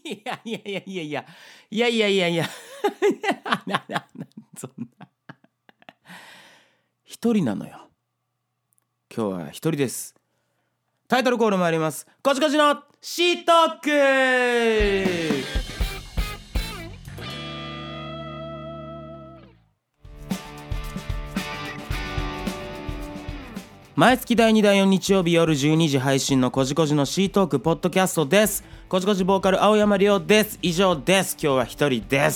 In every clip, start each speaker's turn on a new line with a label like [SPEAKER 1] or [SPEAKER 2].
[SPEAKER 1] いやいやいやいやいやいやいやいやいやそんな一人なのよ。今日は一人です。タイトルコール参ります。こじこじのシートーク。毎月第2第4日曜日夜12時配信のこじこじのシートークポッドキャストです。こじこじボーカル青山亮です。以上です。今日は一人です。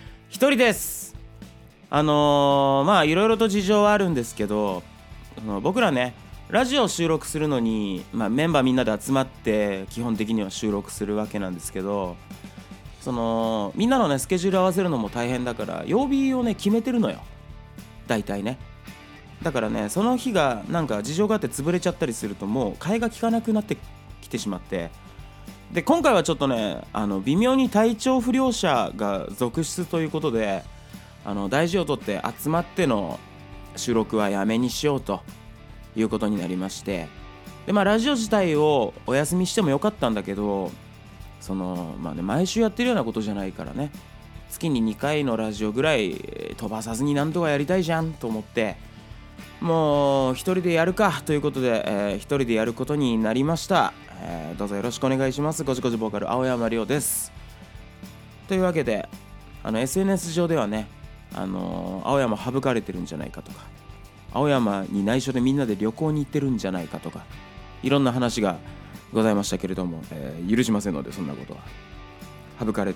[SPEAKER 1] いろいろと事情はあるんですけど、僕らねラジオを収録するのに、メンバーみんなで集まって基本的には収録するわけなんですけど、みんなのねスケジュール合わせるのも大変だから曜日をね決めてるのよ、大体ね。だからねその日がなんか事情があって潰れちゃったりするともう替えが利かなくなってきてしまって、で今回はちょっとね微妙に体調不良者が続出ということで、大事をとって集まっての収録はやめにしようということになりまして、でラジオ自体をお休みしてもよかったんだけど、毎週やってるようなことじゃないからね、月に2回のラジオぐらい飛ばさずになんとかやりたいじゃんと思って、もう一人でやるかということで、一人でやることになりました。どうぞよろしくお願いします。こじこじボーカル青山亮です。というわけでSNS 上ではね青山省かれてるんじゃないかとか、青山に内緒でみんなで旅行に行ってるんじゃないかとか、いろんな話がございましたけれども、許しませんのでそんなことは。省かれ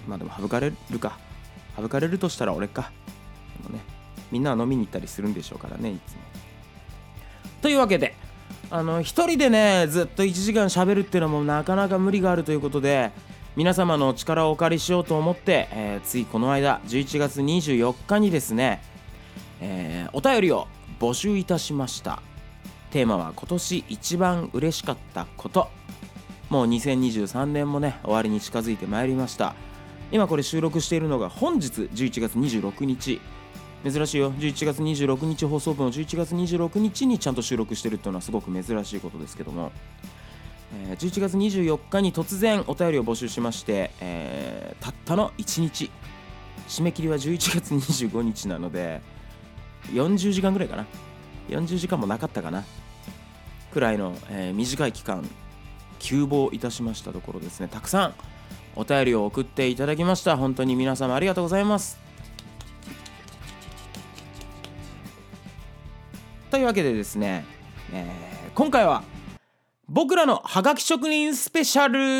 [SPEAKER 1] るとしたら俺か、みんなは飲みに行ったりするんでしょうからね、いつも。というわけで一人でねずっと1時間喋るっていうのもなかなか無理があるということで、皆様の力をお借りしようと思って、ついこの間11月24日にですね、お便りを募集いたしました。テーマは今年一番嬉しかったこと。もう2023年もね終わりに近づいてまいりました。今これ収録しているのが本日11月26日、珍しいよ。11月26日放送分を11月26日にちゃんと収録してるっていうのはすごく珍しいことですけども、11月24日に突然お便りを募集しまして、たったの1日、締め切りは11月25日なので40時間ぐらいかな、40時間もなかったかなくらいの、短い期間急募いたしましたところですね、たくさんお便りを送っていただきました。本当に皆様ありがとうございます。というわけでですね、今回は僕らのハガキ職人スペシャル、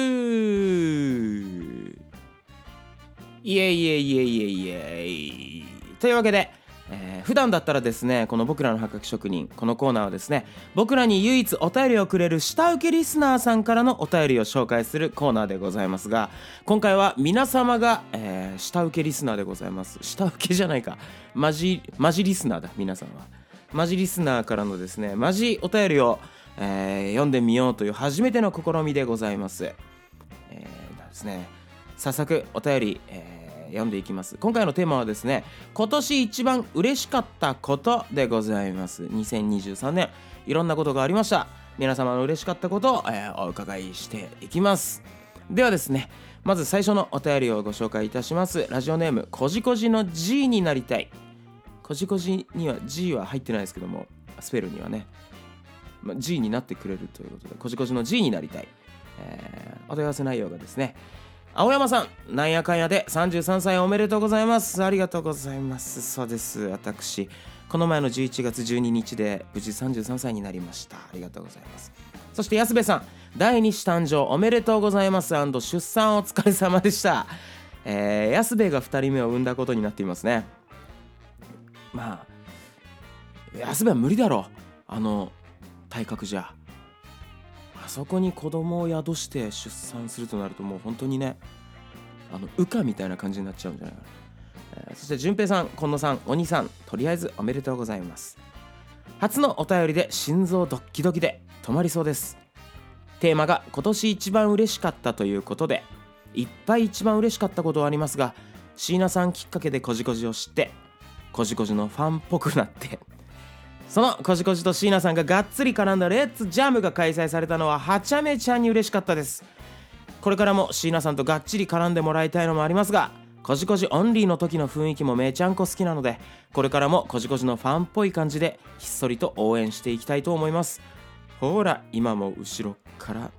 [SPEAKER 1] イエイエイエイエイエイというわけで、普段だったらですねこの僕らのハガキ職人、このコーナーはですね僕らに唯一お便りをくれる下請けリスナーさんからのお便りを紹介するコーナーでございますが、今回は皆様が、下請けリスナーでございます。下請けじゃないか、マジリスナーだ。皆さんはマジリスナーからのですねマジお便りを、読んでみようという初めての試みでございます。ですね、早速お便り、読んでいきます。今回のテーマはですね、今年一番嬉しかったことでございます。2023年いろんなことがありました。皆様の嬉しかったことを、お伺いしていきます。ではですね、まず最初のお便りをご紹介いたします。ラジオネームこじこじの G になりたい。こじこじには G は入ってないですけども、スペルにはね、G になってくれるということで、こじこじの G になりたい。お問い合わせ内容がですね、青山さんなんやかんやで33歳おめでとうございます。ありがとうございます。そうです、私この前の11月12日で無事33歳になりました。ありがとうございます。そして安部さん、第2子誕生おめでとうございます。出産お疲れ様でした。安部が2人目を産んだことになっていますね。安部は無理だろう、体格じゃ。あそこに子供を宿して出産するとなるともう本当にね羽化みたいな感じになっちゃうんじゃないかな。そして順平さん、近野さん、鬼さん、とりあえずおめでとうございます。初のお便りで心臓ドッキドキで止まりそうです。テーマが今年一番嬉しかったということで、いっぱい一番嬉しかったことはありますが、椎名さんきっかけでこじこじを知ってこじこじのファンっぽくなって、そのこじこじと椎名さんががっつり絡んだレッツジャムが開催されたのははちゃめちゃに嬉しかったです。 これからも椎名さんとがっちり絡んでもらいたいのもありますが、こじこじオンリーの時の雰囲気もめちゃんこ好きなので、これからもこじこじのファンっぽい感じでひっそりと応援していきたいと思います。ほら今も後ろから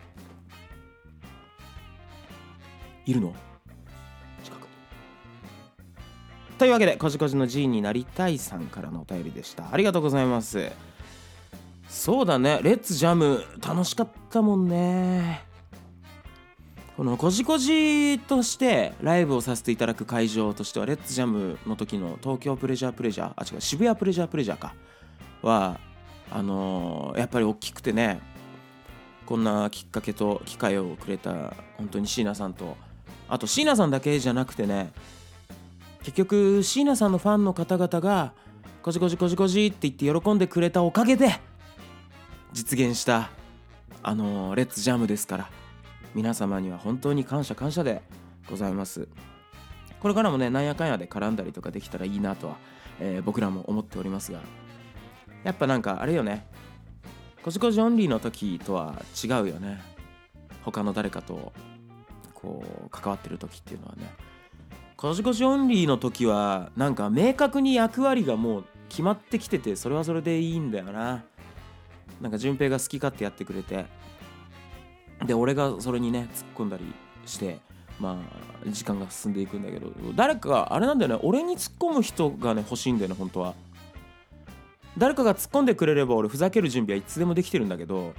[SPEAKER 1] いるの近くに。というわけで、こじこじの G になりたいさんからのお便りでした。ありがとうございます。そうだね、レッツジャム楽しかったもんね。このこじこじとしてライブをさせていただく会場としては、レッツジャムの時の東京プレジャー渋谷プレジャーかはやっぱり大きくてね、こんなきっかけと機会をくれた本当に椎名さんと、あと椎名さんだけじゃなくてね、結局椎名さんのファンの方々がこじこじって言って喜んでくれたおかげで実現したレッツジャムですから、皆様には本当に感謝でございます。これからもね、なんやかんやで絡んだりとかできたらいいなとは、僕らも思っておりますが、やっぱなんかあれよね、こじこじオンリーの時とは違うよね。他の誰かとこう関わってる時っていうのはね、こじこじオンリーの時はなんか明確に役割がもう決まってきてて、それはそれでいいんだよな。なんか順平が好き勝手やってくれて、で俺がそれにね突っ込んだりして、まあ時間が進んでいくんだけど、誰かがあれなんだよね、俺に突っ込む人がね欲しいんだよね。本当は誰かが突っ込んでくれれば俺ふざける準備はいつでもできてるんだけど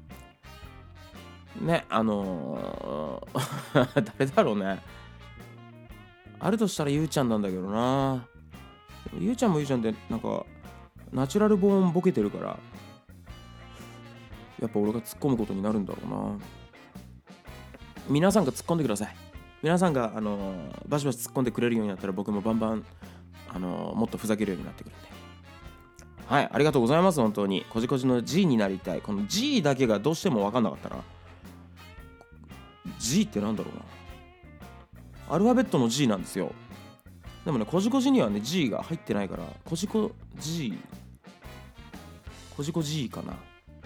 [SPEAKER 1] ね、誰だろうね。あるとしたらゆうちゃんなんだけどな。ゆうちゃんもゆうちゃんでなんかナチュラルボーンボケてるから、やっぱ俺が突っ込むことになるんだろうな。皆さんが突っ込んでください。皆さんがバシバシ突っ込んでくれるようになったら、僕もバンバンもっとふざけるようになってくるんで、はい、ありがとうございます。本当にこじこじの G になりたい。この G だけがどうしても分かんなかったな。 G ってなんだろうな。アルファベットの G なんですよ。でもね、こじこじにはね G が入ってないから、こじこ G かな。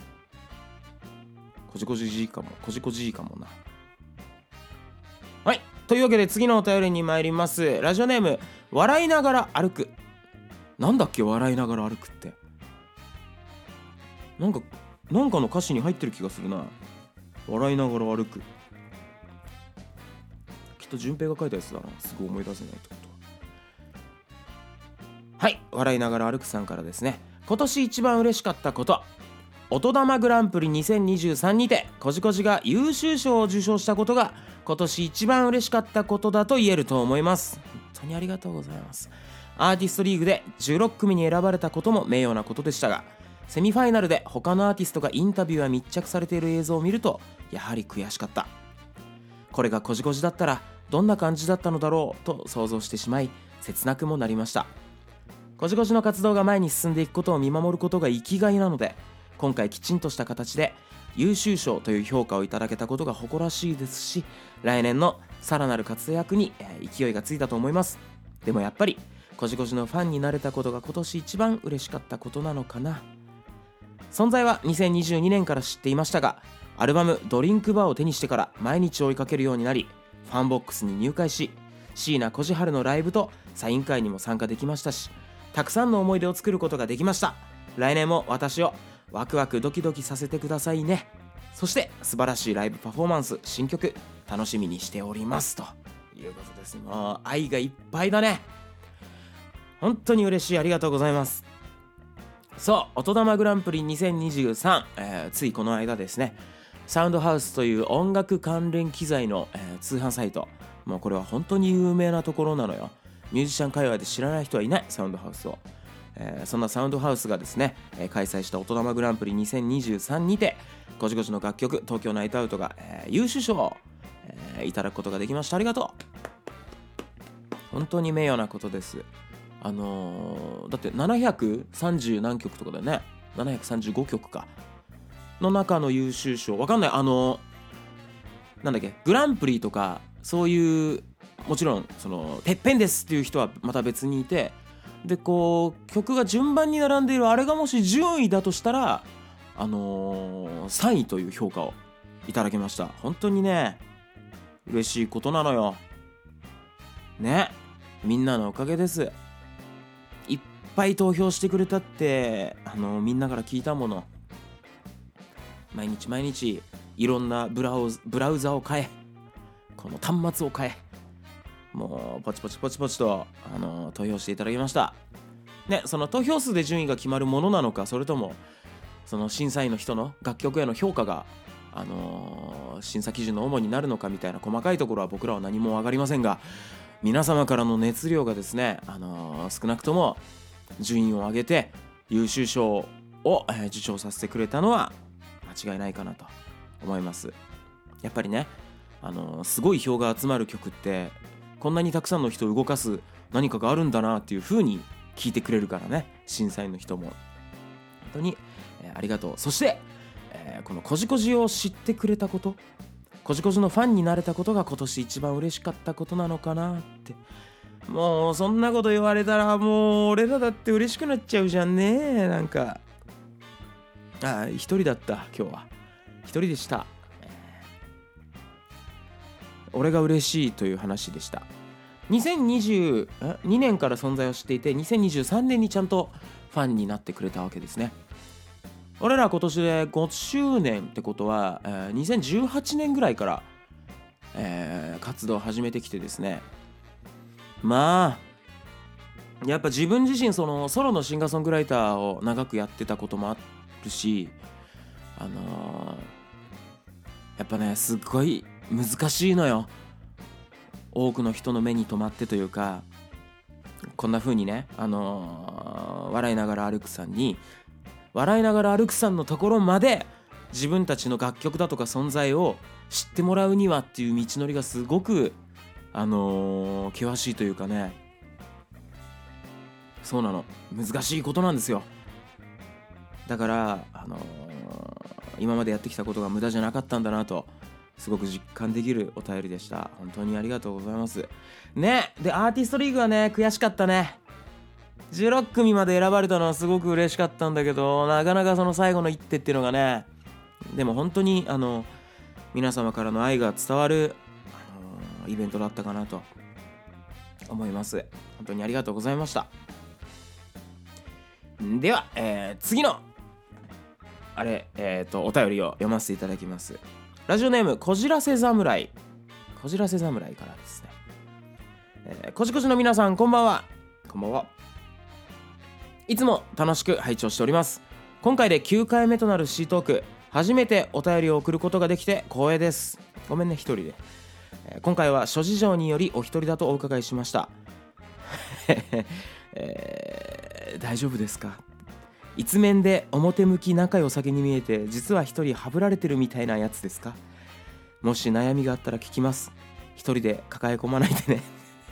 [SPEAKER 1] こじこじ G かもな。はい、というわけで次のお便りに参ります。ラジオネーム笑いながら歩く。なんだっけ、笑いながら歩くって。なんかの歌詞に入ってる気がするな。笑いながら歩く。きっと順平が書いたやつだな。すぐ思い出せないってこと。はい、笑いながら歩くさんからですね。今年一番嬉しかったこと、音玉グランプリ2023にてこじこじが優秀賞を受賞したことが今年一番嬉しかったことだと言えると思います。本当にありがとうございます。アーティストリーグで16組に選ばれたことも名誉なことでしたが、セミファイナルで他のアーティストがインタビューや密着されている映像を見るとやはり悔しかった。これがこじこじだったらどんな感じだったのだろうと想像してしまい、切なくもなりました。こじこじの活動が前に進んでいくことを見守ることが生きがいなので、今回きちんとした形で優秀賞という評価をいただけたことが誇らしいですし、来年のさらなる活躍に勢いがついたと思います。でもやっぱりこじこじのファンになれたことが今年一番嬉しかったことなのかな。存在は2022年から知っていましたが、アルバムドリンクバーを手にしてから毎日追いかけるようになり、ファンボックスに入会し、椎名こじはるのライブとサイン会にも参加できましたし、たくさんの思い出を作ることができました。来年も私をワクワクドキドキさせてくださいね。そして素晴らしいライブパフォーマンス、新曲楽しみにしておりますということです。もう愛がいっぱいだね。本当に嬉しい。ありがとうございます。そう、音玉グランプリ2023、ついこの間ですね、サウンドハウスという音楽関連機材の、通販サイト、もうこれは本当に有名なところなのよ。ミュージシャン界隈で知らない人はいない、サウンドハウスを。そんなサウンドハウスがですね、開催した音玉グランプリ2023にてこじこじの楽曲東京ナイトアウトが、優秀賞を、いただくことができました。ありがとう。本当に名誉なことです。だって730何曲とかだよね。735曲かの中の優秀賞、わかんない、なんだっけ、グランプリとかそういう、もちろんそのてっぺんですっていう人はまた別にいて、でこう曲が順番に並んでいるあれがもし順位だとしたら3位という評価をいただきました。本当にね嬉しいことなのよね。みんなのおかげです。いっぱい投票してくれたってみんなから聞いたもの。毎日毎日いろんなブラウザを変え、この端末を変え、もうポチポチポチポチと投票していただきましたね。その投票数で順位が決まるものなのか、それともその審査員の人の楽曲への評価が審査基準の主になるのかみたいな細かいところは僕らは何も分かりませんが、皆様からの熱量がですね、少なくとも順位を上げて優秀賞を、受賞させてくれたのは間違いないかなと思います。やっぱりね、すごい票が集まる曲ってこんなにたくさんの人を動かす何かがあるんだなっていう風に聞いてくれるからね、審査員の人も本当に、ありがとう。そして、このこじこじを知ってくれたこと、こじこじのファンになれたことが今年一番嬉しかったことなのかなって。もうそんなこと言われたらもう俺らだって嬉しくなっちゃうじゃんね。なんか一人だった。今日は一人でした。俺が嬉しいという話でした。2022年から存在を知っていて、2023年にちゃんとファンになってくれたわけですね。俺ら今年で5周年ってことは、2018年ぐらいから、活動を始めてきてですね、まあやっぱ自分自身そのソロのシンガーソングライターを長くやってたこともあるし、やっぱねすっごい難しいのよ。多くの人の目に留まってというか、こんな風にね、笑いながら歩くさんに、笑いながら歩くさんのところまで自分たちの楽曲だとか存在を知ってもらうにはっていう道のりがすごく険しいというかね、そうなの、難しいことなんですよ。だから今までやってきたことが無駄じゃなかったんだなとすごく実感できるお便りでした。本当にありがとうございますね。でアーティストリーグはね悔しかったね。16組まで選ばれたのはすごく嬉しかったんだけど、なかなかその最後の一手っていうのがね、でも本当に皆様からの愛が伝わる、イベントだったかなと思います。本当にありがとうございました。では、次のお便りを読ませていただきます。ラジオネームこじらせ侍からですね。こじこじの皆さんこんばんは。こんばんは。いつも楽しく拝聴しております。今回で9回目となるシートーク、初めてお便りを送ることができて光栄です。ごめんね一人で。今回は諸事情によりお一人だとお伺いしました。大丈夫ですか？一面で表向き仲良さげに見えて、実は一人ハブられてるみたいなやつですか？もし悩みがあったら聞きます。一人で抱え込まないでね。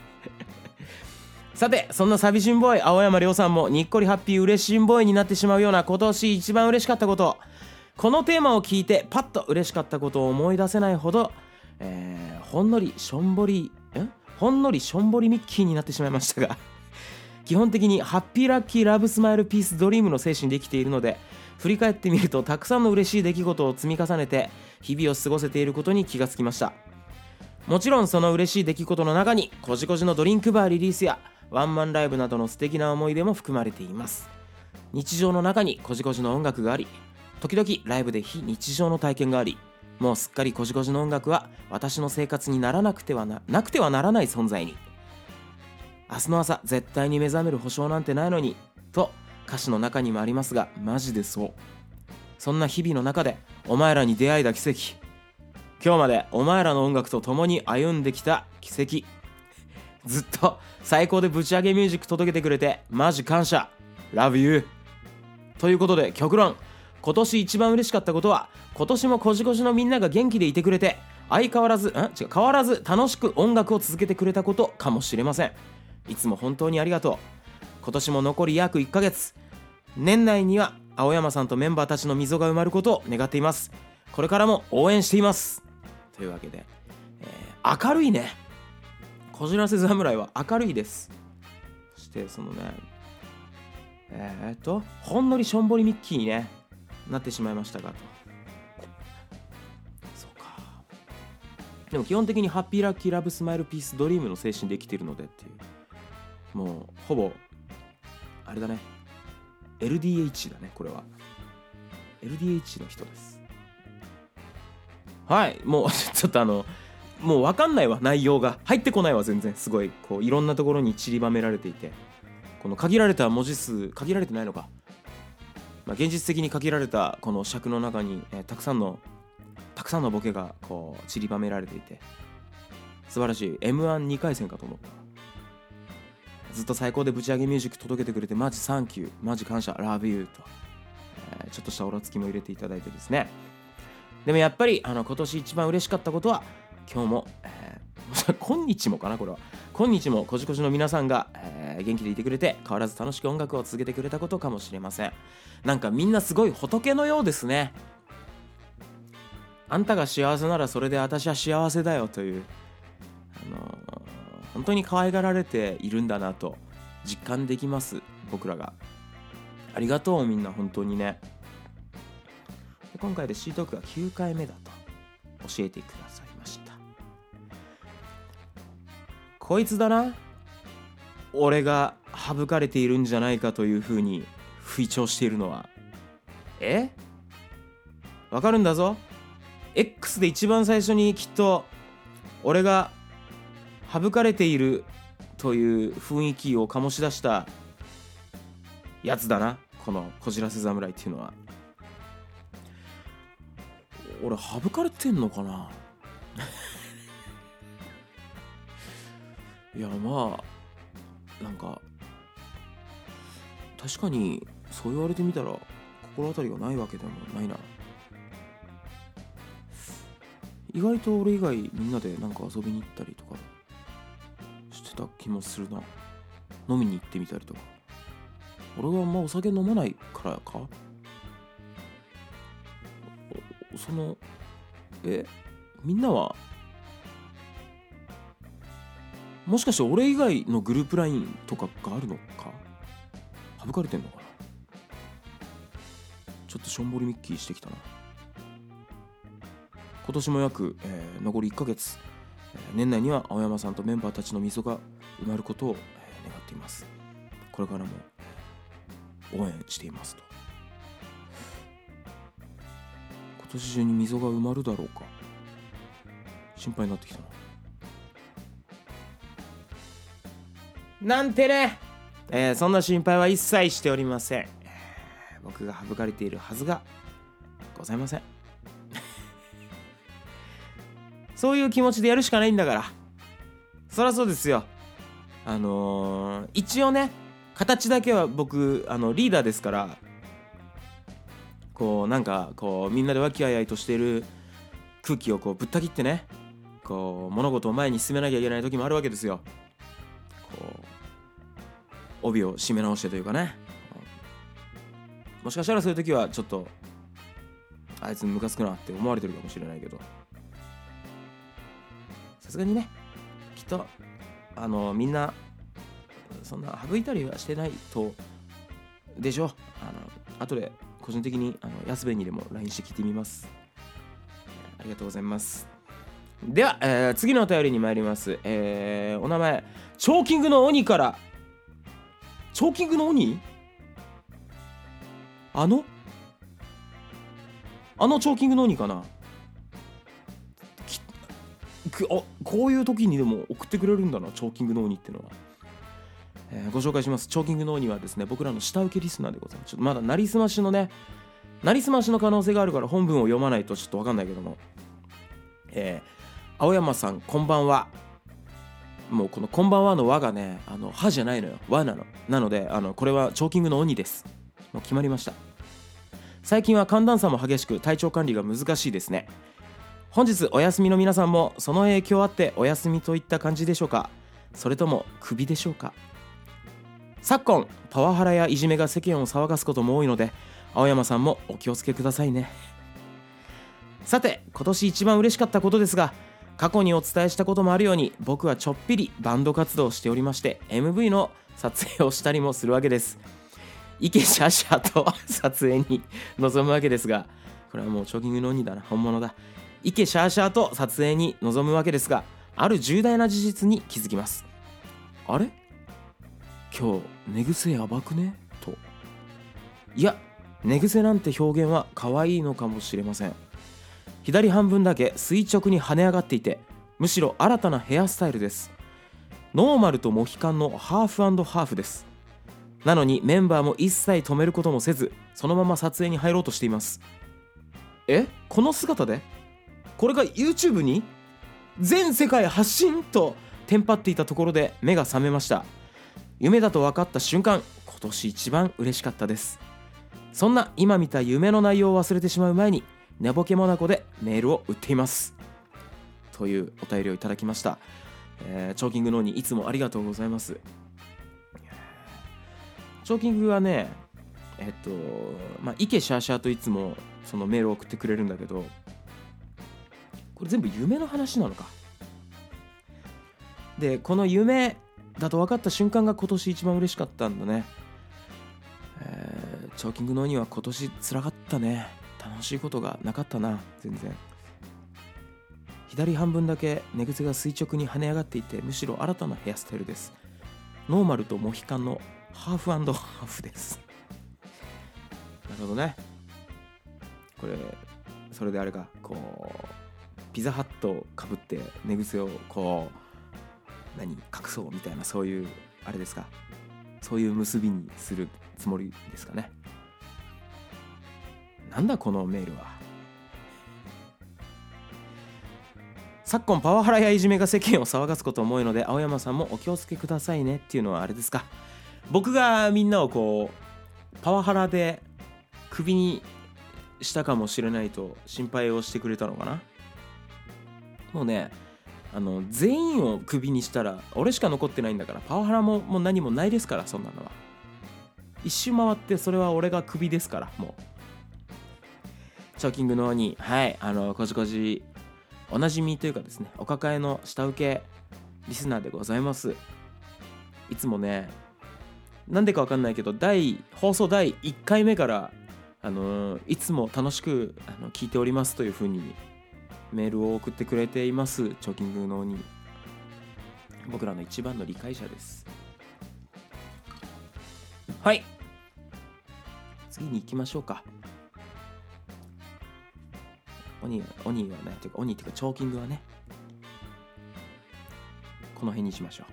[SPEAKER 1] さて、そんな寂しんボーイ青山亮さんもにっこりハッピー嬉しんボーイになってしまうような今年一番嬉しかったこと、このテーマを聞いてパッと嬉しかったことを思い出せないほど、ほんのりしょんぼりミッキーになってしまいましたが、基本的にハッピーラッキーラブスマイルピースドリームの精神で生きているので、振り返ってみるとたくさんの嬉しい出来事を積み重ねて日々を過ごせていることに気がつきました。もちろんその嬉しい出来事の中にこじこじのドリンクバーリリースやワンマンライブなどの素敵な思い出も含まれています。日常の中にこじこじの音楽があり、時々ライブで非日常の体験があり、もうすっかりこじこじの音楽は私の生活になくてはならない存在に。明日の朝絶対に目覚める保証なんてないのにと歌詞の中にもありますが、マジでそう。そんな日々の中でお前らに出会いだ奇跡、今日までお前らの音楽と共に歩んできた奇跡、ずっと最高でぶち上げミュージック届けてくれてマジ感謝 Love you ということで、極論今年一番嬉しかったことは、今年もこじこじのみんなが元気でいてくれて変わらず楽しく音楽を続けてくれたことかもしれません。いつも本当にありがとう。今年も残り約1ヶ月、年内には青山さんとメンバーたちの溝が埋まることを願っています。これからも応援しています。というわけで、明るいね。こじらせ侍は明るいです。そしてそのね、ほんのりしょんぼりミッキーにねなってしまいましたがと。そうか。 でも基本的にハッピーラッキーラブスマイルピースドリームの精神で生きてるのでっていう、もうほぼあれだね、 LDH だね、これは LDH の人です。はい、もうちょっともう分かんないわ、内容が入ってこないわ、全然。すごいこういろんなところに散りばめられていて、この限られた文字数、限られてないのか、現実的に限られたこの尺の中に、たくさんのボケがこう散りばめられていて、素晴らしい。 M12 回戦かと思った。ずっと最高でぶち上げミュージック届けてくれてマジサンキュー、マジ感謝、ラブユーと、ちょっとしたオラつきも入れていただいてですね。でもやっぱり今年一番嬉しかったことは、今日も、今日もかな、これは今日もこじこじの皆さんが、元気でいてくれて、変わらず楽しく音楽を続けてくれたことかもしれません。なんかみんなすごい仏のようですね。あんたが幸せならそれで私は幸せだよという、本当に可愛がられているんだなと実感できます、僕らが。ありがとうみんな、本当にね。で今回でシートークが9回目だと教えてくださいました。こいつだな、俺が省かれているんじゃないかというふうに吹聴しているのは。わかるんだぞ。 X で一番最初にきっと俺が省かれているという雰囲気を醸し出したやつだな、このこじらせ侍っていうのは。俺省かれてんのかないやまあなんか確かにそう言われてみたら心当たりがないわけでもないな。意外と俺以外みんなでなんか遊びに行ったりとかしてた気もするな。飲みに行ってみたりとか。俺はあんまお酒飲まないからか。みんなはもしかして俺以外のグループラインとかがあるのか、省かれてんのかな。ちょっとしょんぼりミッキーしてきたな。今年も約、残り1ヶ月、年内には青山さんとメンバーたちの溝が埋まることを、願っています。これからも、応援していますと。今年中に溝が埋まるだろうか、心配になってきたな。なんてね、そんな心配は一切しておりません。僕が省かれているはずがございません。そういう気持ちでやるしかないんだから。そりゃそうですよ。一応ね、形だけは僕リーダーですから、こうなんかこうみんなで和気あいあいとしている空気をこうぶった切ってね、こう物事を前に進めなきゃいけない時もあるわけですよ。こう帯を締め直してというかね。もしかしたらそういう時はちょっとあいつムカつくなって思われてるかもしれないけど、さすがにね、きっとみんなそんな省いたりはしてないとでしょ。後で個人的に安部にでも LINE して聞いてみます。ありがとうございます。では、次のお便りに参ります。お名前チョーキングの鬼から。チョーキングの鬼、あのチョーキングの鬼かな。こういう時にでも送ってくれるんだな、チョーキングの鬼ってのは。ご紹介します。チョーキングの鬼はですね、僕らの下請けリスナーでございます。ちょっとまだなりすましの可能性があるから本文を読まないとちょっと分かんないけども、青山さんこんばんは。もうこのこんばんはの和がね、はじゃないのよ、和なの。なのでこれはチョーキングの鬼です。もう決まりました。最近は寒暖差も激しく体調管理が難しいですね。本日お休みの皆さんもその影響あってお休みといった感じでしょうか。それともクビでしょうか。昨今パワハラやいじめが世間を騒がすことも多いので、青山さんもお気をつけくださいね。さて、今年一番嬉しかったことですが、過去にお伝えしたこともあるように、僕はちょっぴりバンド活動をしておりまして、 MV の撮影をしたりもするわけです。イケシャシャと撮影に臨むわけですが、これはもうチョーキングの鬼だな、本物だ。 イケシャーシャーと撮影に臨むわけですが、ある重大な事実に気づきます。あれ、今日寝癖やばくねと。いや、寝癖なんて表現は可愛いのかもしれません。左半分だけ垂直に跳ね上がっていて、むしろ新たなヘアスタイルです。ノーマルとモヒカンのハーフ&ハーフです。なのにメンバーも一切止めることもせず、そのまま撮影に入ろうとしています。この姿でこれが YouTube に全世界発信とテンパっていたところで目が覚めました。夢だと分かった瞬間、今年一番嬉しかったです。そんな今見た夢の内容を忘れてしまう前に、寝ぼけモナコでメールを打っていますというお便りをいただきました。チョーキングのにいつもありがとうございます。チョーキングはね、イケシャーシャーといつもそのメールを送ってくれるんだけど、これ全部夢の話なのか。で、この夢だと分かった瞬間が今年一番嬉しかったんだね。チョーキングのには今年辛かったね。楽しいことがなかったな、全然。左半分だけ寝癖が垂直に跳ね上がっていて、むしろ新たなヘアスタイルです。ノーマルとモヒカンのハーフ&ハーフです。なるほどね。これそれであれか、こうピザハットをかぶって寝癖をこう隠そうみたいな、そういうあれですか。そういう結びにするつもりですかね。なんだこのメールは。昨今パワハラやいじめが世間を騒がすことも多いので、青山さんもお気をつけくださいねっていうのはあれですか。僕がみんなをこうパワハラでクビにしたかもしれないと心配をしてくれたのかな。もうね、全員をクビにしたら俺しか残ってないんだから、パワハラもう何もないですから。そんなのは一周回ってそれは俺がクビですから。もうチョーキングのに、はい、こじこじおなじみというかですね、お抱えの下請けリスナーでございます。いつもね、なんでかわかんないけど放送第1回目からいつも楽しく聞いておりますというふうにメールを送ってくれています。チョーキングのに僕らの一番の理解者です。はい、次に行きましょうか。鬼はね、ていうか鬼っていうかチョーキングはね、この辺にしましょう。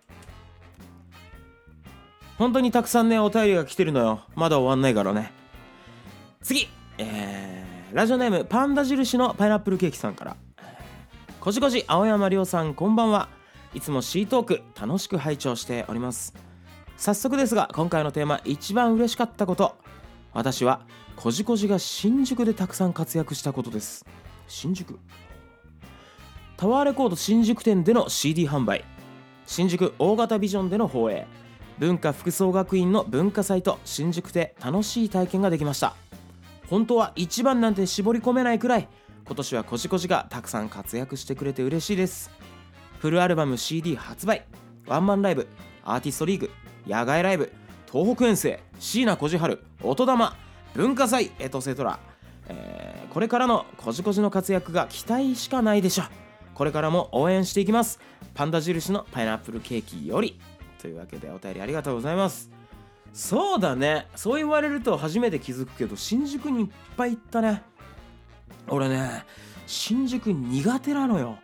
[SPEAKER 1] 本当にたくさんねお便りが来てるのよ。まだ終わんないからね。次、ラジオネームパンダ印のパイナップルケーキさんから。こじこじ青山亮さん、こんばんは。いつもシートーク楽しく拝聴しております。早速ですが、今回のテーマ、一番嬉しかったこと。私はこじこじが新宿でたくさん活躍したことです。新宿タワーレコード新宿店での CD 販売、新宿大型ビジョンでの放映、文化服装学院の文化祭と新宿で楽しい体験ができました。本当は一番なんて絞り込めないくらい、今年はこじこじがたくさん活躍してくれて嬉しいです。フルアルバム CD 発売、ワンマンライブ、アーティストリーグ、野外ライブ、東北遠征、椎名小路春、音玉、文化祭エトセトラ、これからのこじこじの活躍が期待しかないでしょう。これからも応援していきます。パンダ印のパイナップルケーキより。というわけでお便りありがとうございます。そうだね、そう言われると初めて気づくけど、新宿にいっぱい行ったね。俺ね、新宿苦手なのよ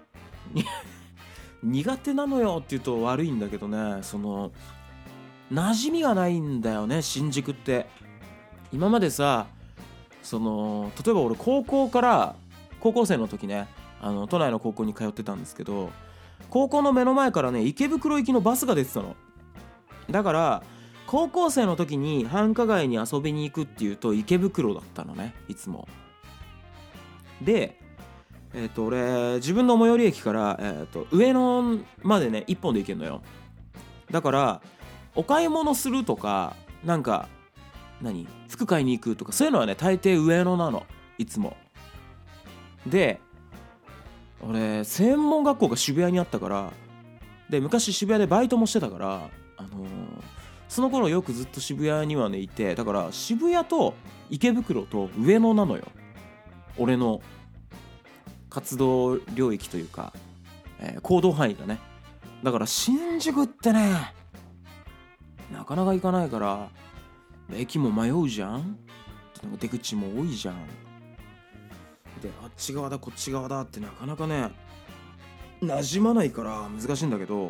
[SPEAKER 1] 苦手なのよって言うと悪いんだけどね、馴染みがないんだよね、新宿って。今までさ、例えば俺高校生の時ね、都内の高校に通ってたんですけど、高校の目の前からね池袋行きのバスが出てたの。だから高校生の時に繁華街に遊びに行くっていうと池袋だったのね、いつも。で俺自分の最寄り駅から、上野までね1本で行けるのよ。だからお買い物するとか、服買いに行くとか、そういうのはね大抵上野なの、いつも。で俺専門学校が渋谷にあったから、で昔渋谷でバイトもしてたから、その頃よくずっと渋谷にはねいて、だから渋谷と池袋と上野なのよ、俺の活動領域というか、行動範囲がね。だから新宿ってねなかなか行かないから、駅も迷うじゃん。なんか出口も多いじゃん。であっち側だこっち側だってなかなかね馴染まないから難しいんだけど、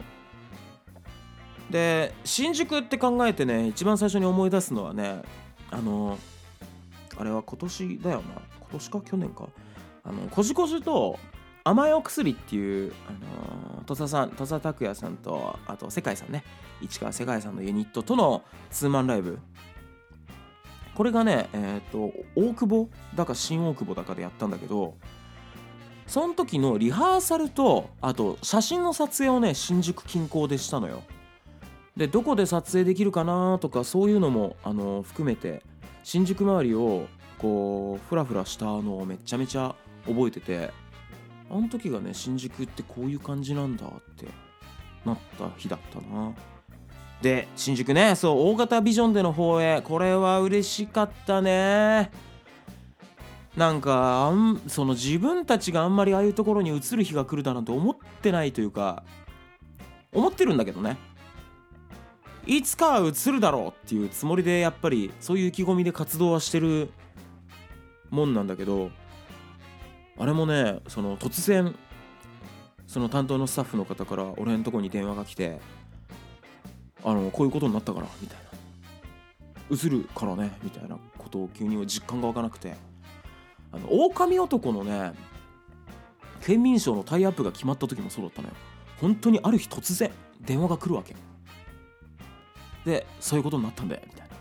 [SPEAKER 1] で新宿って考えてね一番最初に思い出すのはね、あれは今年だよな、今年か去年か、こじこじと甘いお薬っていう、土佐拓也さんとあと世界さんね、市川世界さんのユニットとのツーマンライブ、これがね大久保だか新大久保だかでやったんだけど、その時のリハーサルとあと写真の撮影をね新宿近郊でしたのよ。でどこで撮影できるかなとかそういうのも含めて新宿周りをこうフラフラしたのをめちゃめちゃ覚えてて、あの時がね新宿ってこういう感じなんだってなった日だったな。で新宿ね、そう大型ビジョンでの放映、これは嬉しかったね。なんかその自分たちがあんまりああいうところに映る日が来るだなんて思ってないというか、思ってるんだけどね、いつかは映るだろうっていうつもりでやっぱりそういう意気込みで活動はしてるもんなんだけど、あれもねその突然その担当のスタッフの方から俺のとこに電話が来て、こういうことになったからみたいな、映るからねみたいなことを急に実感が湧かなくて、狼男のね県民賞のタイアップが決まった時もそうだったのよ。本当にある日突然電話が来るわけで、そういうことになったんだよみたいな、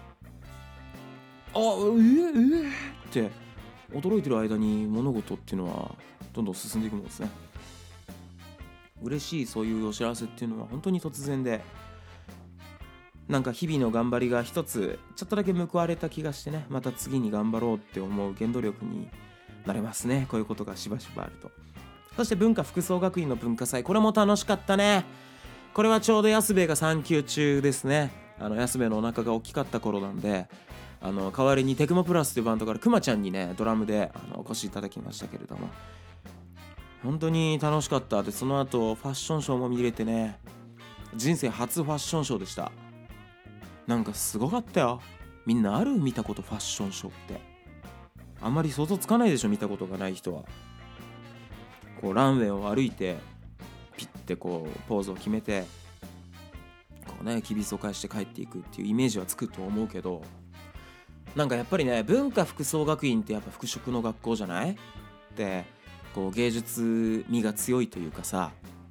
[SPEAKER 1] って驚いてる間に物事っていうのはどんどん進んでいくものですね。嬉しいそういうお知らせっていうのは本当に突然で、なんか日々の頑張りが一つちょっとだけ報われた気がしてね、また次に頑張ろうって思う原動力になれますね、こういうことがしばしばあると。そして文化服装学院の文化祭、これも楽しかったね。これはちょうど安部が産休中ですね。安部のお腹が大きかった頃なんで、代わりにテクモプラスというバンドからくまちゃんにねドラムでお越しいただきましたけれども、本当に楽しかった。でその後ファッションショーも見れてね、人生初ファッションショーでした。なんかすごかったよ。みんなある？見たことファッションショーってあんまり想像つかないでしょ、見たことがない人は。こうランウェイを歩いてピッてこうポーズを決めてこうね、きびすを返して帰っていくっていうイメージはつくと思うけど、なんかやっぱりね文化服装学院ってやっぱ服飾の学校じゃない？でこう芸術味が強いというかさ、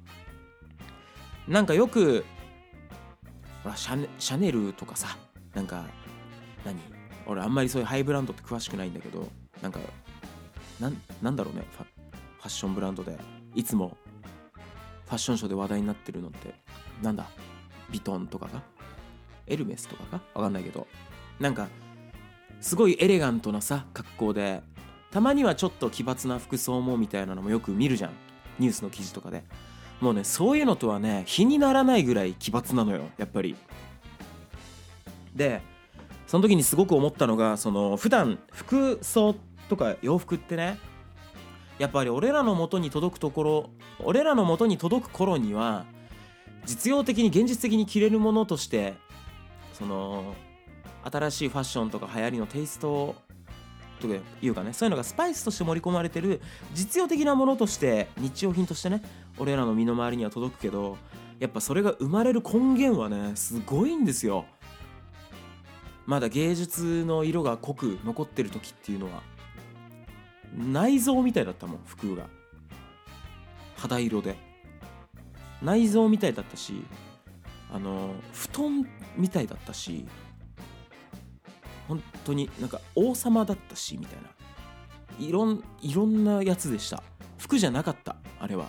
[SPEAKER 1] なんかよくほらシャネルとかさ、なんか俺あんまりそういうハイブランドって詳しくないんだけど、なんかなんだろうね、ファッションブランドでいつもファッションショーで話題になってるのってなんだ、ビトンとかかエルメスとかかわかんないけど、なんかすごいエレガントなさ格好で、たまにはちょっと奇抜な服装もみたいなのもよく見るじゃん、ニュースの記事とかで。もうねそういうのとはね比にならないぐらい奇抜なのよやっぱり。でその時にすごく思ったのが、その普段服装とか洋服ってね、やっぱり俺らの元に届く頃には実用的に現実的に着れるものとして、その新しいファッションとか流行りのテイストというかね、そういうのがスパイスとして盛り込まれてる実用的なものとして日用品としてね俺らの身の回りには届くけど、やっぱそれが生まれる根源はねすごいんですよ。まだ芸術の色が濃く残ってる時っていうのは内臓みたいだったもん、服が肌色で内臓みたいだったし、布団みたいだったし、本当になんか王様だったしみたいな、いろんなやつでした。服じゃなかった、あれは。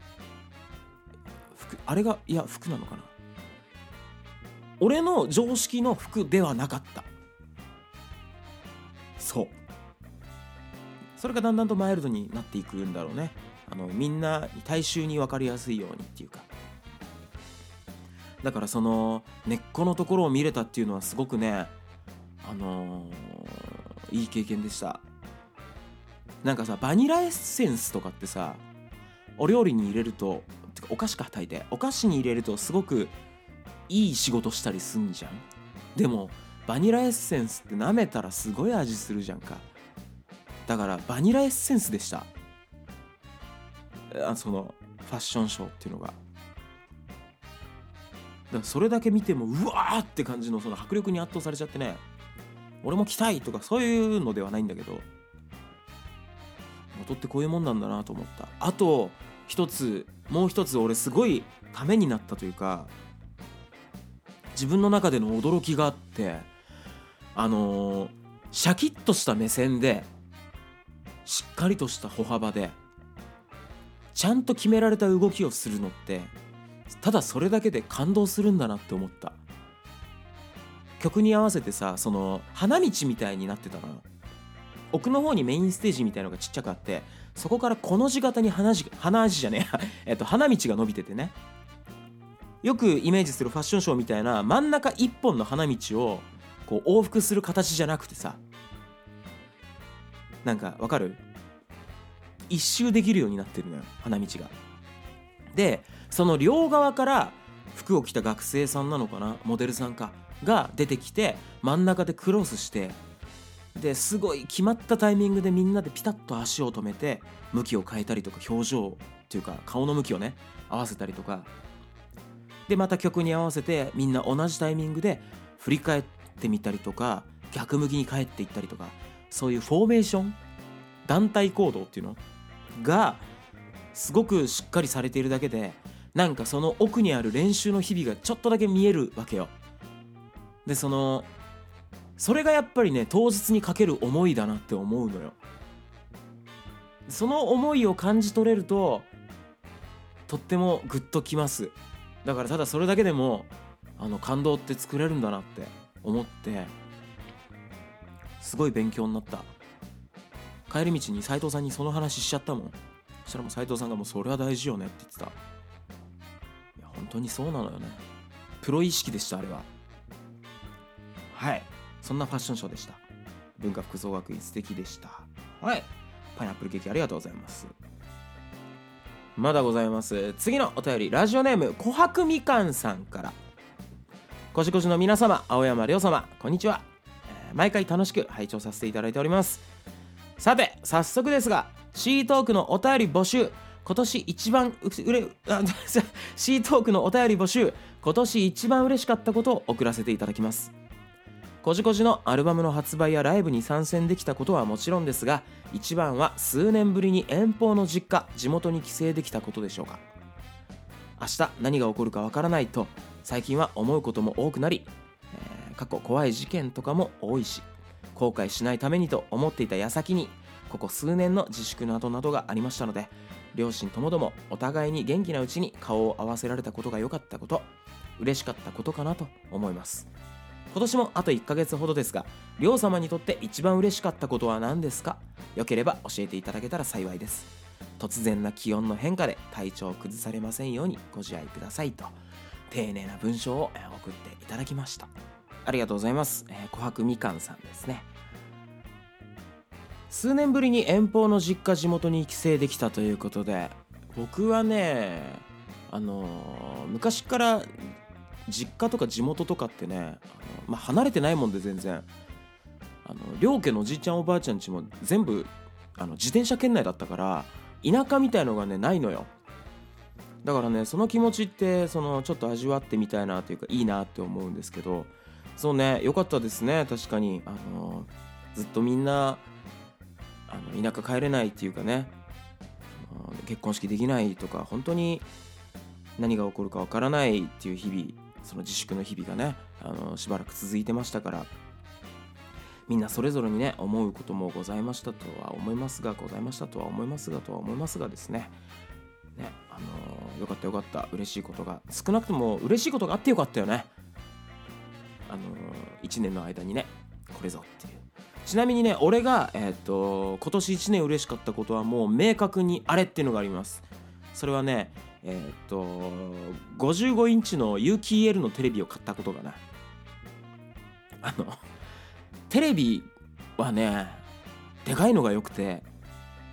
[SPEAKER 1] あれが服なのかな、俺の常識の服ではなかった。そうそれがだんだんとマイルドになっていくんだろうね。みんな大衆に分かりやすいようにっていうか、だからその根っこのところを見れたっていうのはすごくねいい経験でした。 なんかさバニラエッセンスとかってさお料理に入れるとてかお菓子か大抵お菓子に入れるとすごくいい仕事したりすんじゃん。でもバニラエッセンスって舐めたらすごい味するじゃんか。だからバニラエッセンスでした。そのファッションショーっていうのが。だからそれだけ見てもうわーって感じのその迫力に圧倒されちゃってね、俺も着たいとかそういうのではないんだけど、元ってこういうもんなんだなと思った。あともう一つ俺すごいためになったというか自分の中での驚きがあって、シャキッとした目線でしっかりとした歩幅でちゃんと決められた動きをするのってただそれだけで感動するんだなって思った。曲に合わせてさ、その花道みたいになってたのよ。奥の方にメインステージみたいのがちっちゃくあって、そこからこの字型に花道が伸びててね、よくイメージするファッションショーみたいな真ん中一本の花道をこう往復する形じゃなくてさ、なんかわかる？一周できるようになってるのよ、花道が。でその両側から服を着た学生さんなのかな、モデルさんかが出てきて真ん中でクロスして、ですごい決まったタイミングでみんなでピタッと足を止めて向きを変えたりとか、表情っていうか顔の向きをね合わせたりとかで、また曲に合わせてみんな同じタイミングで振り返ってみたりとか、逆向きに帰っていったりとか、そういうフォーメーション、団体行動っていうのがすごくしっかりされているだけで、なんかその奥にある練習の日々がちょっとだけ見えるわけよ。でそれがやっぱりね当日にかける思いだなって思うのよ。その思いを感じ取れるととってもグッときます。だからただそれだけでも感動って作れるんだなって思って、すごい勉強になった。帰り道に斉藤さんにその話しちゃったもん。そしたらもう斉藤さんがもうそれは大事よねって言ってた。いや本当にそうなのよね。プロ意識でしたあれは。はい、そんなファッションショーでした。文化服装学院素敵でした。はい、パイナップルケーキありがとうございます。まだございます。次のお便り、ラジオネーム琥珀みかんさんから。こじこじの皆様、青山亮様、こんにちは。毎回楽しく拝聴させていただいております。さて早速ですが、シートークのお便り募集、今年一番シートークのお便り募集、今年一番嬉しかったことを送らせていただきます。こじこじのアルバムの発売やライブに参戦できたことはもちろんですが、一番は数年ぶりに遠方の実家、地元に帰省できたことでしょうか。明日何が起こるかわからないと最近は思うことも多くなり、過去怖い事件とかも多いし、後悔しないためにと思っていた矢先にここ数年の自粛などなどがありましたので、両親ともどもお互いに元気なうちに顔を合わせられたことが良かったこと、嬉しかったことかなと思います。今年もあと1ヶ月ほどですが、両様にとって一番嬉しかったことは何ですか？よければ教えていただけたら幸いです。突然な気温の変化で体調を崩されませんようにご自愛くださいと丁寧な文章を送っていただきました。ありがとうございます。琥珀みかんさんですね。数年ぶりに遠方の実家地元に帰省できたということで、僕はね昔から実家とか地元とかってね、離れてないもんで全然両家のおじいちゃんおばあちゃん家も全部自転車圏内だったから、田舎みたいのがねないのよ。だからねその気持ちってちょっと味わってみたいなというか、いいなって思うんですけど、そうね、良かったですね。確かにずっとみんな田舎帰れないっていうかね、結婚式できないとか、本当に何が起こるかわからないっていう日々、その自粛の日々がねしばらく続いてましたから、みんなそれぞれにね思うこともございましたとは思いますがですね、よかったよかった、嬉しいことが、少なくとも嬉しいことがあってよかったよね。1年の間にねこれぞっていう。ちなみにね、俺が、今年1年嬉しかったことはもう明確にあれっていうのがあります。それはね55インチの有機 EL のテレビを買ったことがな。テレビはねでかいのが良くて、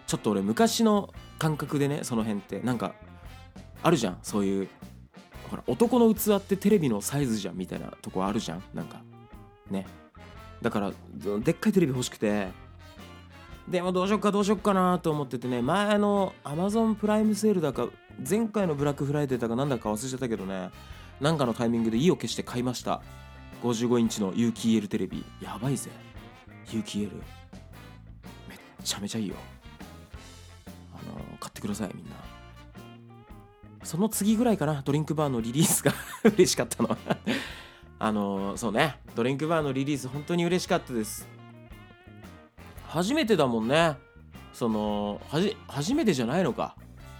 [SPEAKER 1] ちょっと俺昔の感覚でね、その辺ってなんかあるじゃん、そういうほら男の器ってテレビのサイズじゃんみたいなとこあるじゃん、なんかね。だからでっかいテレビ欲しくて、でもどうしよっかなと思っててね、前の Amazon プライムセールだか前回のブラックフライデーだかなんだか忘れちゃったけどね、なんかのタイミングで意を決して買いました。55インチの有機 EL テレビ。やばいぜ、有機 EL めっちゃめちゃいいよ。買ってくださいみんな。その次ぐらいかな、ドリンクバーのリリースが嬉しかったのそうね、ドリンクバーのリリース本当に嬉しかったです。初めてだもんね。初めてじゃないのか。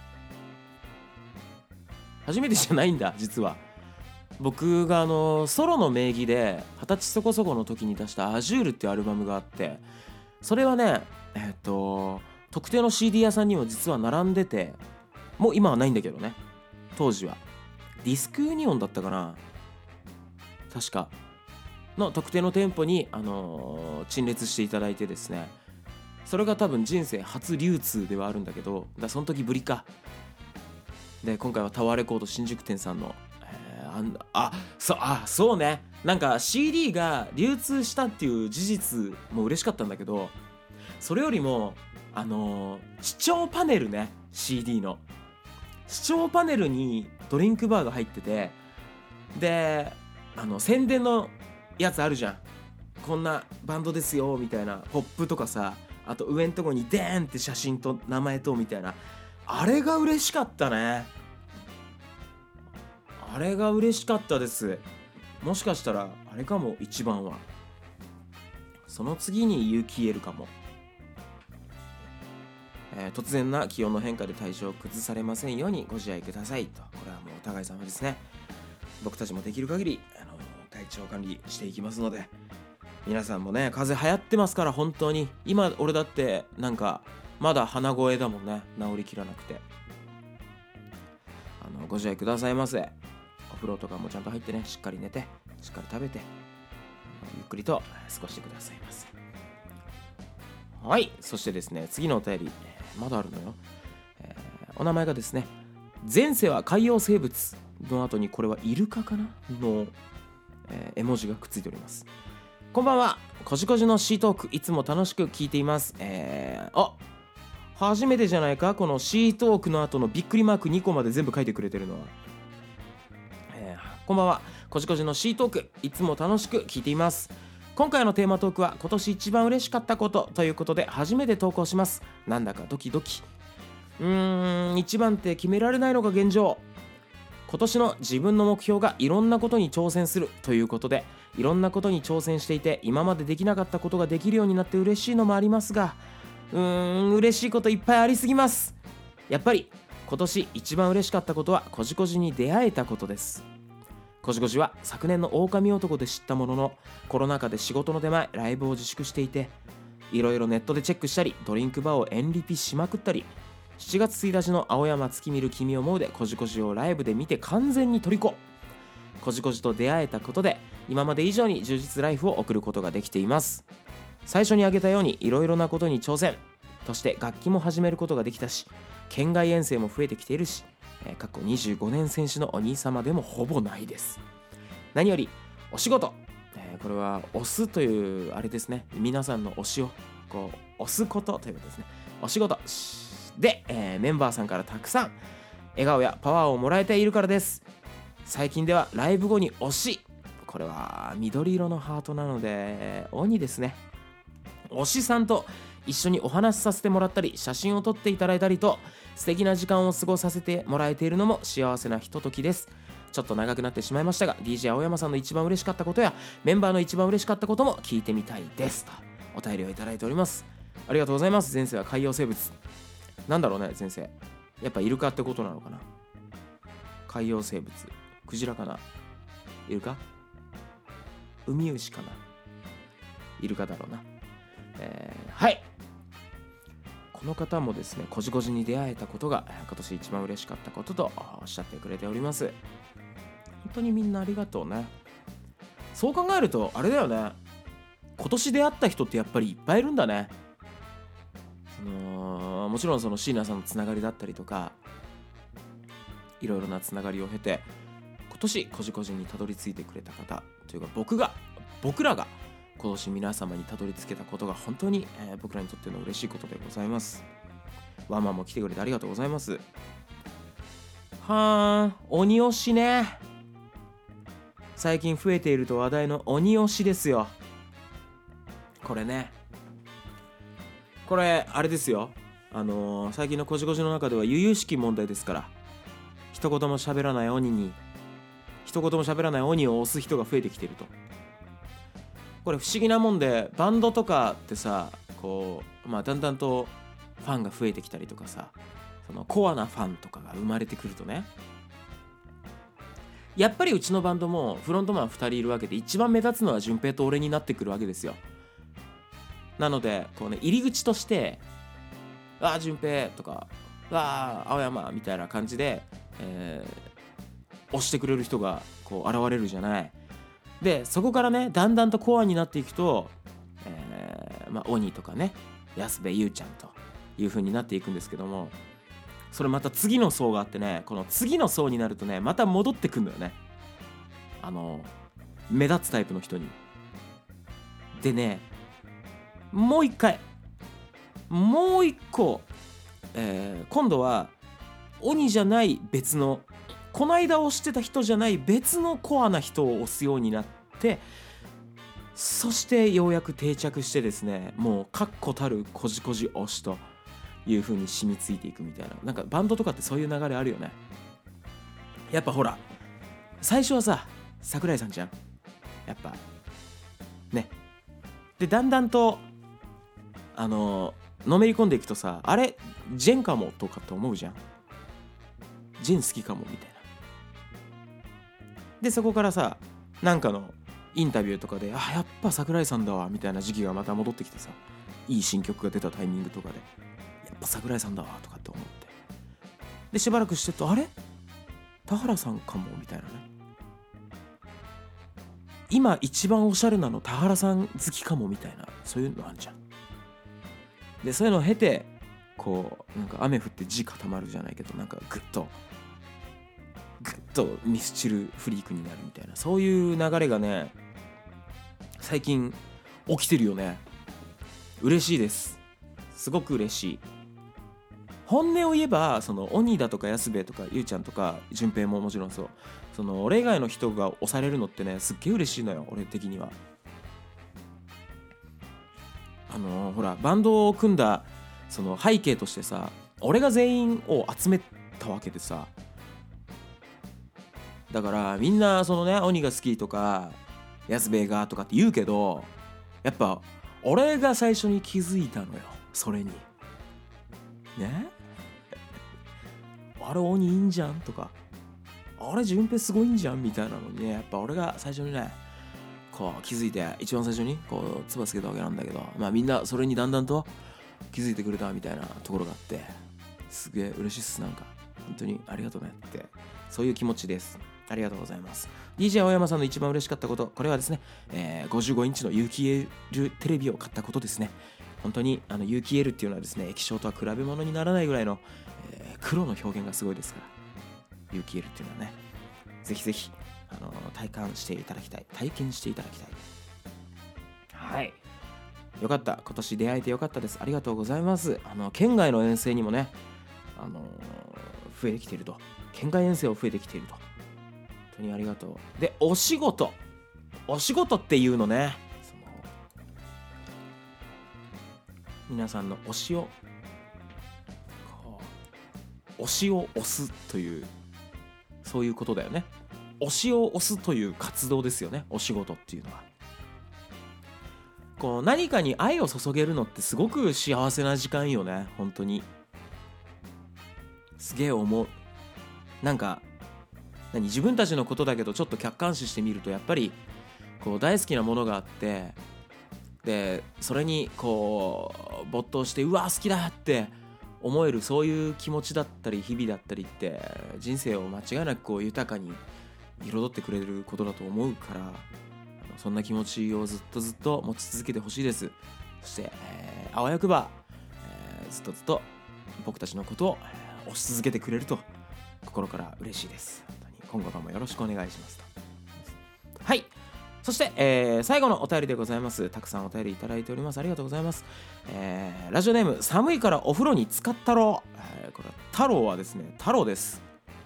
[SPEAKER 1] 初めてじゃないんだ実は。僕がソロの名義で20歳そこそこの時に出したアジュールっていうアルバムがあって、それはね特定の CD 屋さんにも実は並んでて、もう今はないんだけどね、当時はディスクユニオンだったかな、確かの特定の店舗に、陳列していただいてですね、それが多分人生初流通ではあるんだけど、その時ぶりかで、今回はタワーレコード新宿店さんの、そうね、なんか CD が流通したっていう事実も嬉しかったんだけど、それよりも視聴パネルね、 CD の視聴パネルにドリンクバーが入ってて、で宣伝のやつあるじゃん、こんなバンドですよみたいなポップとかさ、あと上のとこにデーンって写真と名前とみたいな、あれが嬉しかったね。あれが嬉しかったです。もしかしたらあれかも、一番は。その次に有機 EL かも。突然な気温の変化で体調を崩されませんようにご自愛くださいと。これはもうお互い様ですね。僕たちもできる限り体調管理していきますので、皆さんもね、風邪流行ってますから、本当に今俺だってなんかまだ鼻声だもんね、治りきらなくて。ご自愛くださいませ。お風呂とかもちゃんと入ってね、しっかり寝てしっかり食べてゆっくりと過ごしてくださいませ。はい、そしてですね、次のお便り、まだあるのよ。お名前がですね、前世は海洋生物の後に、これはイルカかなの、絵文字がくっついております。こんばんは、こじこじのシートークいつも楽しく聞いています。初めてじゃないか、このシートークの後のびっくりマーク2個まで全部書いてくれてるのは。こんばんは、こじこじのシートークいつも楽しく聞いています。今回のテーマトークは今年一番嬉しかったことということで初めて投稿します。なんだかドキドキ。一番って決められないのが現状。今年の自分の目標がいろんなことに挑戦するということで、いろんなことに挑戦していて、今までできなかったことができるようになって嬉しいのもありますが、嬉しいこといっぱいありすぎます。やっぱり今年一番嬉しかったことはこじこじに出会えたことです。こじこじは昨年の狼男で知ったものの、コロナ禍で仕事の出前、ライブを自粛していて、いろいろネットでチェックしたり、ドリンクバーをエンリピしまくったり、7月1日の青山月見る君を思うでこじこじをライブで見て完全に虜。こじこじと出会えたことで今まで以上に充実ライフを送ることができています。最初に挙げたようにいろいろなことに挑戦として楽器も始めることができたし、県外遠征も増えてきているし、過去25年選手のお兄様でもほぼないです。何よりお仕事、これは押すというあれですね、皆さんの推しをこう押すことということですね。お仕事で、メンバーさんからたくさん笑顔やパワーをもらえているからです。最近ではライブ後に推し、これは緑色のハートなので鬼ですね、推しさんと一緒にお話しさせてもらったり、写真を撮っていただいたりと素敵な時間を過ごさせてもらえているのも幸せなひとときです。ちょっと長くなってしまいましたが、 DJ 青山さんの一番嬉しかったことやメンバーの一番嬉しかったことも聞いてみたいですとお便りをいただいております。ありがとうございます。前世は海洋生物なんだろうね、前世やっぱイルカってことなのかな。海洋生物、クジラかな、イルカ、ウミウシかな、イルカだろうな。はい、この方もですね、こじこじに出会えたことが今年一番嬉しかったこととおっしゃってくれております。本当にみんなありがとうね。そう考えるとあれだよね、今年出会った人ってやっぱりいっぱいいるんだね。 もちろんその椎名さんのつながりだったりとかいろいろなつながりを経て今年こじこじにたどり着いてくれた方というか僕らが今年皆様にたどり着けたことが本当に、僕らにとっての嬉しいことでございます。ワンマンも来てくれてありがとうございます。はーん、鬼推しね。最近増えていると話題の鬼推しですよ。これね、これあれですよ、最近のこじこじの中では由々しき問題ですから、一言も喋らない鬼を推す人が増えてきていると。これ不思議なもんで、バンドとかってさ、こうだんだんとファンが増えてきたりとかさ、そのコアなファンとかが生まれてくるとね、やっぱりうちのバンドもフロントマン2人いるわけで、一番目立つのは順平と俺になってくるわけですよ。なのでこうね、入り口として順平とか青山みたいな感じで、押してくれる人がこう現れるじゃない。でそこからね、だんだんとコアになっていくと、鬼とかね、安部優ちゃんという風になっていくんですけども、それまた次の層があってね、この次の層になるとね、また戻ってくんだよね、目立つタイプの人に。でね、もう一個、今度は鬼じゃない別の、こないだ推してた人じゃない別のコアな人を推すようになって、そしてようやく定着してですね、もう確固たるこじこじ推しという風に染みついていくみたいな。なんかバンドとかってそういう流れあるよね。やっぱほら、最初はさ桜井さんじゃん、やっぱね。でだんだんとのめり込んでいくとさ、あれジェンかもとかって思うじゃん。ジェン好きかもみたいな。でそこからさ、なんかのインタビューとかでやっぱ桜井さんだわみたいな時期がまた戻ってきてさ、いい新曲が出たタイミングとかでやっぱ桜井さんだわとかって思って、でしばらくしてると、あれ田原さんかもみたいなね。今一番おしゃれなの田原さん好きかもみたいな、そういうのあるじゃん。でそういうのを経て、こうなんか雨降って地固まるじゃないけど、なんかグッとミスチルフリークになるみたいな、そういう流れがね最近起きてるよね。嬉しいです、すごく嬉しい。本音を言えば、その鬼だとか安部とかゆうちゃんとか順平ももちろんそう、その俺以外の人が押されるのってね、すっげえ嬉しいのよ、俺的には。ほらバンドを組んだその背景としてさ、俺が全員を集めたわけでさ、だからみんなそのね、鬼が好きとか安部がとかって言うけど、やっぱ俺が最初に気づいたのよ、それにね。あれ鬼いいんじゃんとか、あれ順平すごいんじゃんみたいなのにね、やっぱ俺が最初にねこう気づいて、一番最初にこうつばつけたわけなんだけど、みんなそれにだんだんと気づいてくれたみたいなところがあって、すげえ嬉しいっす。なんか本当にありがとうねって、そういう気持ちです。ありがとうございます。 DJ 青山さんの一番嬉しかったこと、これはですね、55インチの有機 EL テレビを買ったことですね。本当に有機 EL っていうのはですね、液晶とは比べ物にならないぐらいの、黒の表現がすごいですから、有機 EL っていうのはね、ぜひぜひ体験していただきたい。はい、よかった、今年出会えてよかったです。ありがとうございます。県外の遠征にもね、増えてきていると、県外遠征を増えてきていると、本当にありがとう。でお仕事っていうのね、その皆さんの推しを推すという、そういうことだよね。推しを推すという活動ですよね、お仕事っていうのは。こう何かに愛を注げるのってすごく幸せな時間よね、本当に。すげえ思う。なんか自分たちのことだけどちょっと客観視してみると、やっぱりこう大好きなものがあって、でそれにこう没頭して、うわ好きだって思える、そういう気持ちだったり日々だったりって、人生を間違いなくこう豊かに彩ってくれることだと思うから、そんな気持ちをずっと持ち続けてほしいです。そして、あわよくば、ずっと僕たちのことを推し続けてくれると心から嬉しいです。本当に今後ともよろしくお願いしますと。はい、そして、最後のお便りでございます。たくさんお便りいただいております。ありがとうございます。ラジオネーム寒いからお風呂に浸かったろう、これ太郎はですね、太郎です。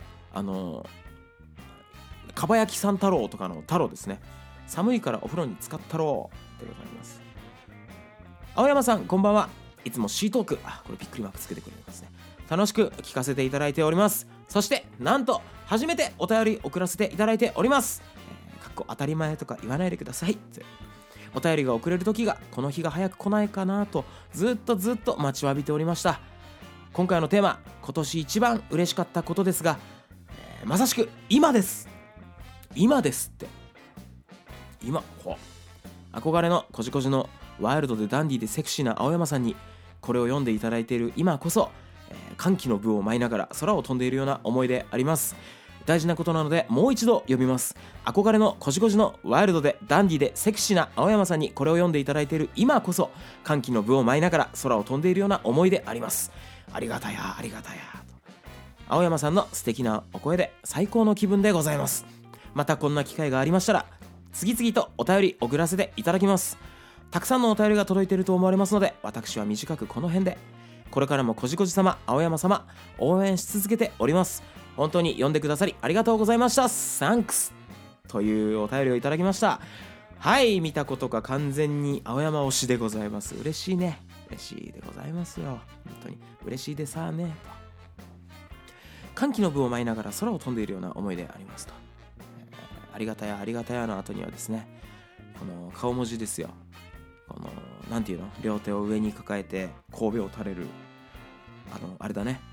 [SPEAKER 1] かば焼きさん太郎とかの太郎ですね。寒いからお風呂に浸かったろうでございます。青山さんこんばんは。いつもシートーク、これびっくりマークつけてくれますね。楽しく聞かせていただいております。そしてなんと初めてお便り送らせていただいております。当たり前とか言わないでくださいって。お便りが送れる時がこの日が早く来ないかなとずっと待ちわびておりました。今回のテーマ、今年一番嬉しかったことですが、まさしく今ですって今、憧れのこじこじのワイルドでダンディーでセクシーな青山さんにこれを読んでいただいている今こそ、歓喜の舞を舞いながら空を飛んでいるような思いであります。大事なことなのでもう一度読みます。憧れのこじこじのワイルドでダンディでセクシーな青山さんにこれを読んでいただいている今こそ歓喜の舞を舞いながら空を飛んでいるような思いであります。ありがたやありがたやと。青山さんの素敵なお声で最高の気分でございます。またこんな機会がありましたら次々とお便り送らせていただきます。たくさんのお便りが届いていると思われますので、私は短くこの辺で。これからもこじこじ様、青山様応援し続けております。本当に読んでくださりありがとうございました。サンクスというお便りをいただきました。はい、見たことが完全に青山推しでございます。嬉しいね、嬉しいでございますよ。本当に嬉しいでさあねと。歓喜の舞を舞いながら空を飛んでいるような思いでありますと。ありがたやありがたやの後にはですね、この顔文字ですよ。このなんていうの、両手を上に抱えて神戸を垂れるあれだね、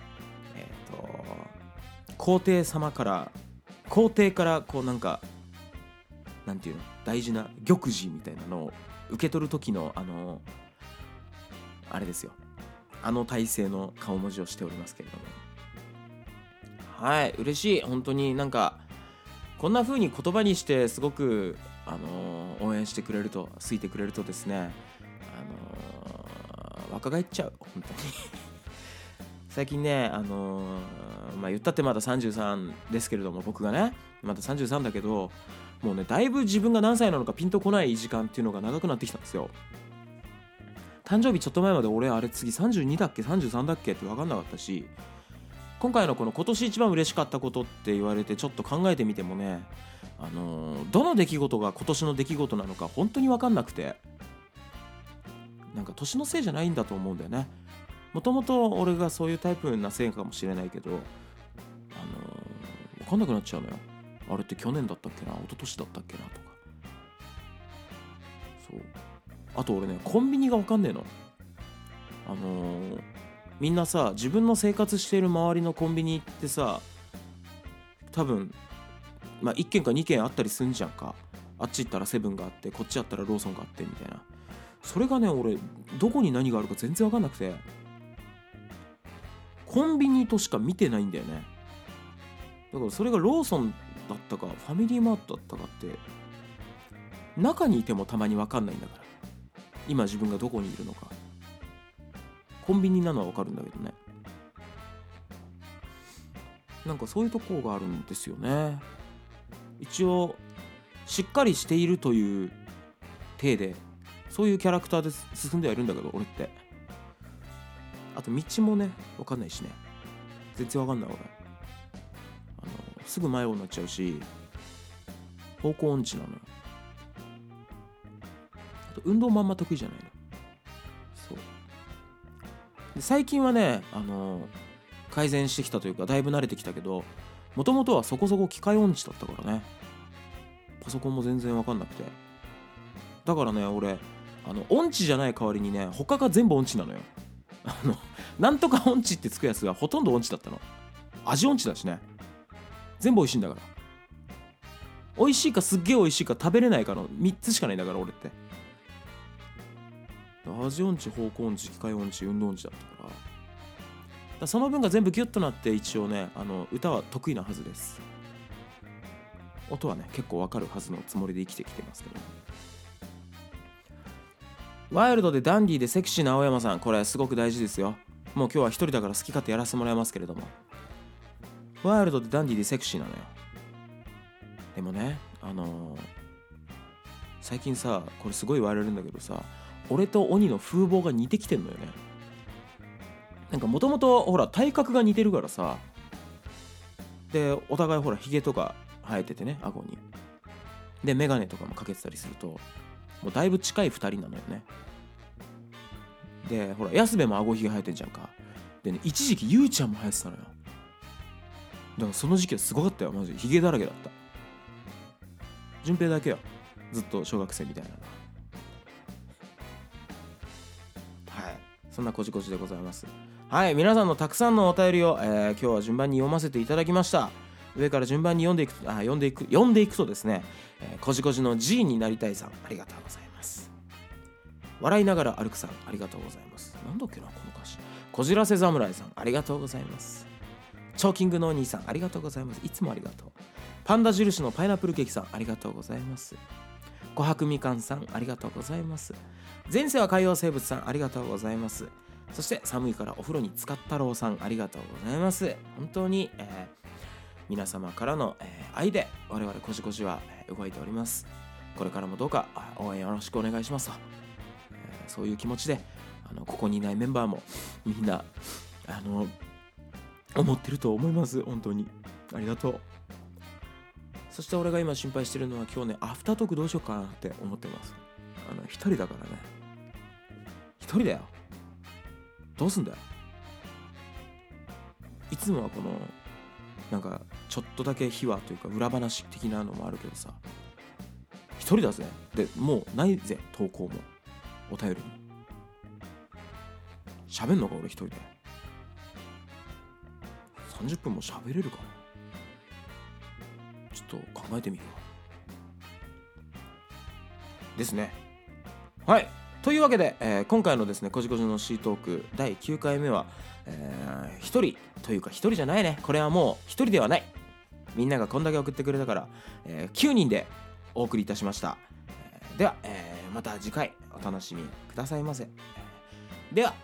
[SPEAKER 1] 皇帝からこうなんかなんていうの、大事な玉璽みたいなのを受け取る時のあれですよ、体勢の顔文字をしておりますけれども、はい、嬉しい。本当になんかこんな風に言葉にしてすごく応援してくれると、好いてくれるとですね、若返っちゃう本当に最近ね、言ったってまだ33ですけれども、僕がねまだ33だけど、もうねだいぶ自分が何歳なのかピンとこない時間っていうのが長くなってきたんですよ。誕生日ちょっと前まで俺あれ次32だっけ33だっけって分かんなかったし、今回のこの今年一番嬉しかったことって言われてちょっと考えてみてもね、どの出来事が今年の出来事なのか本当に分かんなくて、なんか年のせいじゃないんだと思うんだよね。もともと俺がそういうタイプなせいかもしれないけど、分かんなくなっちゃうのよ。あれって去年だったっけな、一昨年だったっけなとか。そう。あと俺ね、コンビニが分かんねえの。みんなさ、自分の生活している周りのコンビニってさ、多分1軒か2軒あったりすんじゃんか。あっち行ったらセブンがあって、こっちあったらローソンがあってみたいな。それがね、俺どこに何があるか全然分かんなくて、コンビニとしか見てないんだよね。だからそれがローソンだったかファミリーマートだったかって中にいてもたまに分かんないんだから、今自分がどこにいるのか。コンビニなのは分かるんだけどね、なんかそういうとこがあるんですよね。一応しっかりしているという体でそういうキャラクターで進んではいるんだけど、俺ってあと道もね分かんないしね、全然分かんない俺。すぐ迷子になっちゃうし、方向音痴なのよ。あと運動もあんま得意じゃないの。そうで最近はね、改善してきたというかだいぶ慣れてきたけど、もともとはそこそこ機械音痴だったからね。パソコンも全然分かんなくて、だからね俺音痴じゃない代わりにね他が全部音痴なのよ。なんとか音痴ってつくやつがほとんど音痴だったの。味音痴だしね、全部美味しいんだから。美味しいかすっげえ美味しいか食べれないかの3つしかないんだから俺って。味音痴、方向音痴、機械音痴、運動音痴だったから、その分が全部ギュッとなって一応ね歌は得意なはずです。音はね結構わかるはずのつもりで生きてきてますけど、ワイルドでダンディーでセクシーな青山さん、これすごく大事ですよ。 もう今日は一人だから好き勝手やらせてもらいますけれども、ワイルドでダンディーでセクシーなのよ。でもね、最近さ、これすごい言われるんだけどさ、俺と鬼の風貌が似てきてんのよね。なんかもともとほら体格が似てるからさ、でお互いほらヒゲとか生えててね、顎に。でメガネとかもかけてたりすると、もうだいぶ近い2人なのよね。でほら安部も顎ひげ生えてんじゃんか。でね、一時期ゆうちゃんも生えてたのよ。だからその時期はすごかったよ、マジヒゲだらけだった。順平だけよ、ずっと小学生みたいな。はい、そんなこじこじでございます。はい、皆さんのたくさんのお便りを、今日は順番に読ませていただきました。上から順番に読んでいくとですね、こじこじの G になりたいさん、ありがとうございます。笑いながら歩くさん、ありがとうございます。なんだっけなこの歌詞。こじらせ侍さん、ありがとうございます。チョーキングのお兄さん、ありがとうございます。いつもありがとう。パンダ印のパイナップルケーキさん、ありがとうございます。琥珀みかんさん、ありがとうございます。前世は海洋生物さん、ありがとうございます。そして寒いからお風呂に浸かったろうさん、ありがとうございます。本当に、皆様からの、愛で我々こじこじは動いております。これからもどうか応援よろしくお願いしますと、そういう気持ちでここにいないメンバーもみんな思ってると思います。本当にありがとう。そして俺が今心配してるのは、今日ねアフタートークどうしようかなって思ってます。一人だからね。一人だよ。どうすんだよ。いつもはこのなんかちょっとだけ秘話というか裏話的なのもあるけどさ、一人だぜ。でもうないぜ、投稿もお便りも。喋んのか俺一人で。30分も喋れるかな。ちょっと考えてみようですね。はい、というわけで、今回のですねこじこじのシートーク第9回目は、一人というか一人じゃないね。これはもう一人ではない。みんながこんだけ送ってくれたから、9人でお送りいたしました。では、また次回お楽しみくださいませ。では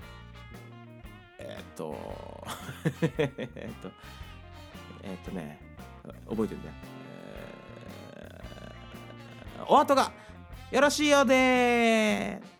[SPEAKER 1] ね、覚えてるんだよ。お後がよろしいようで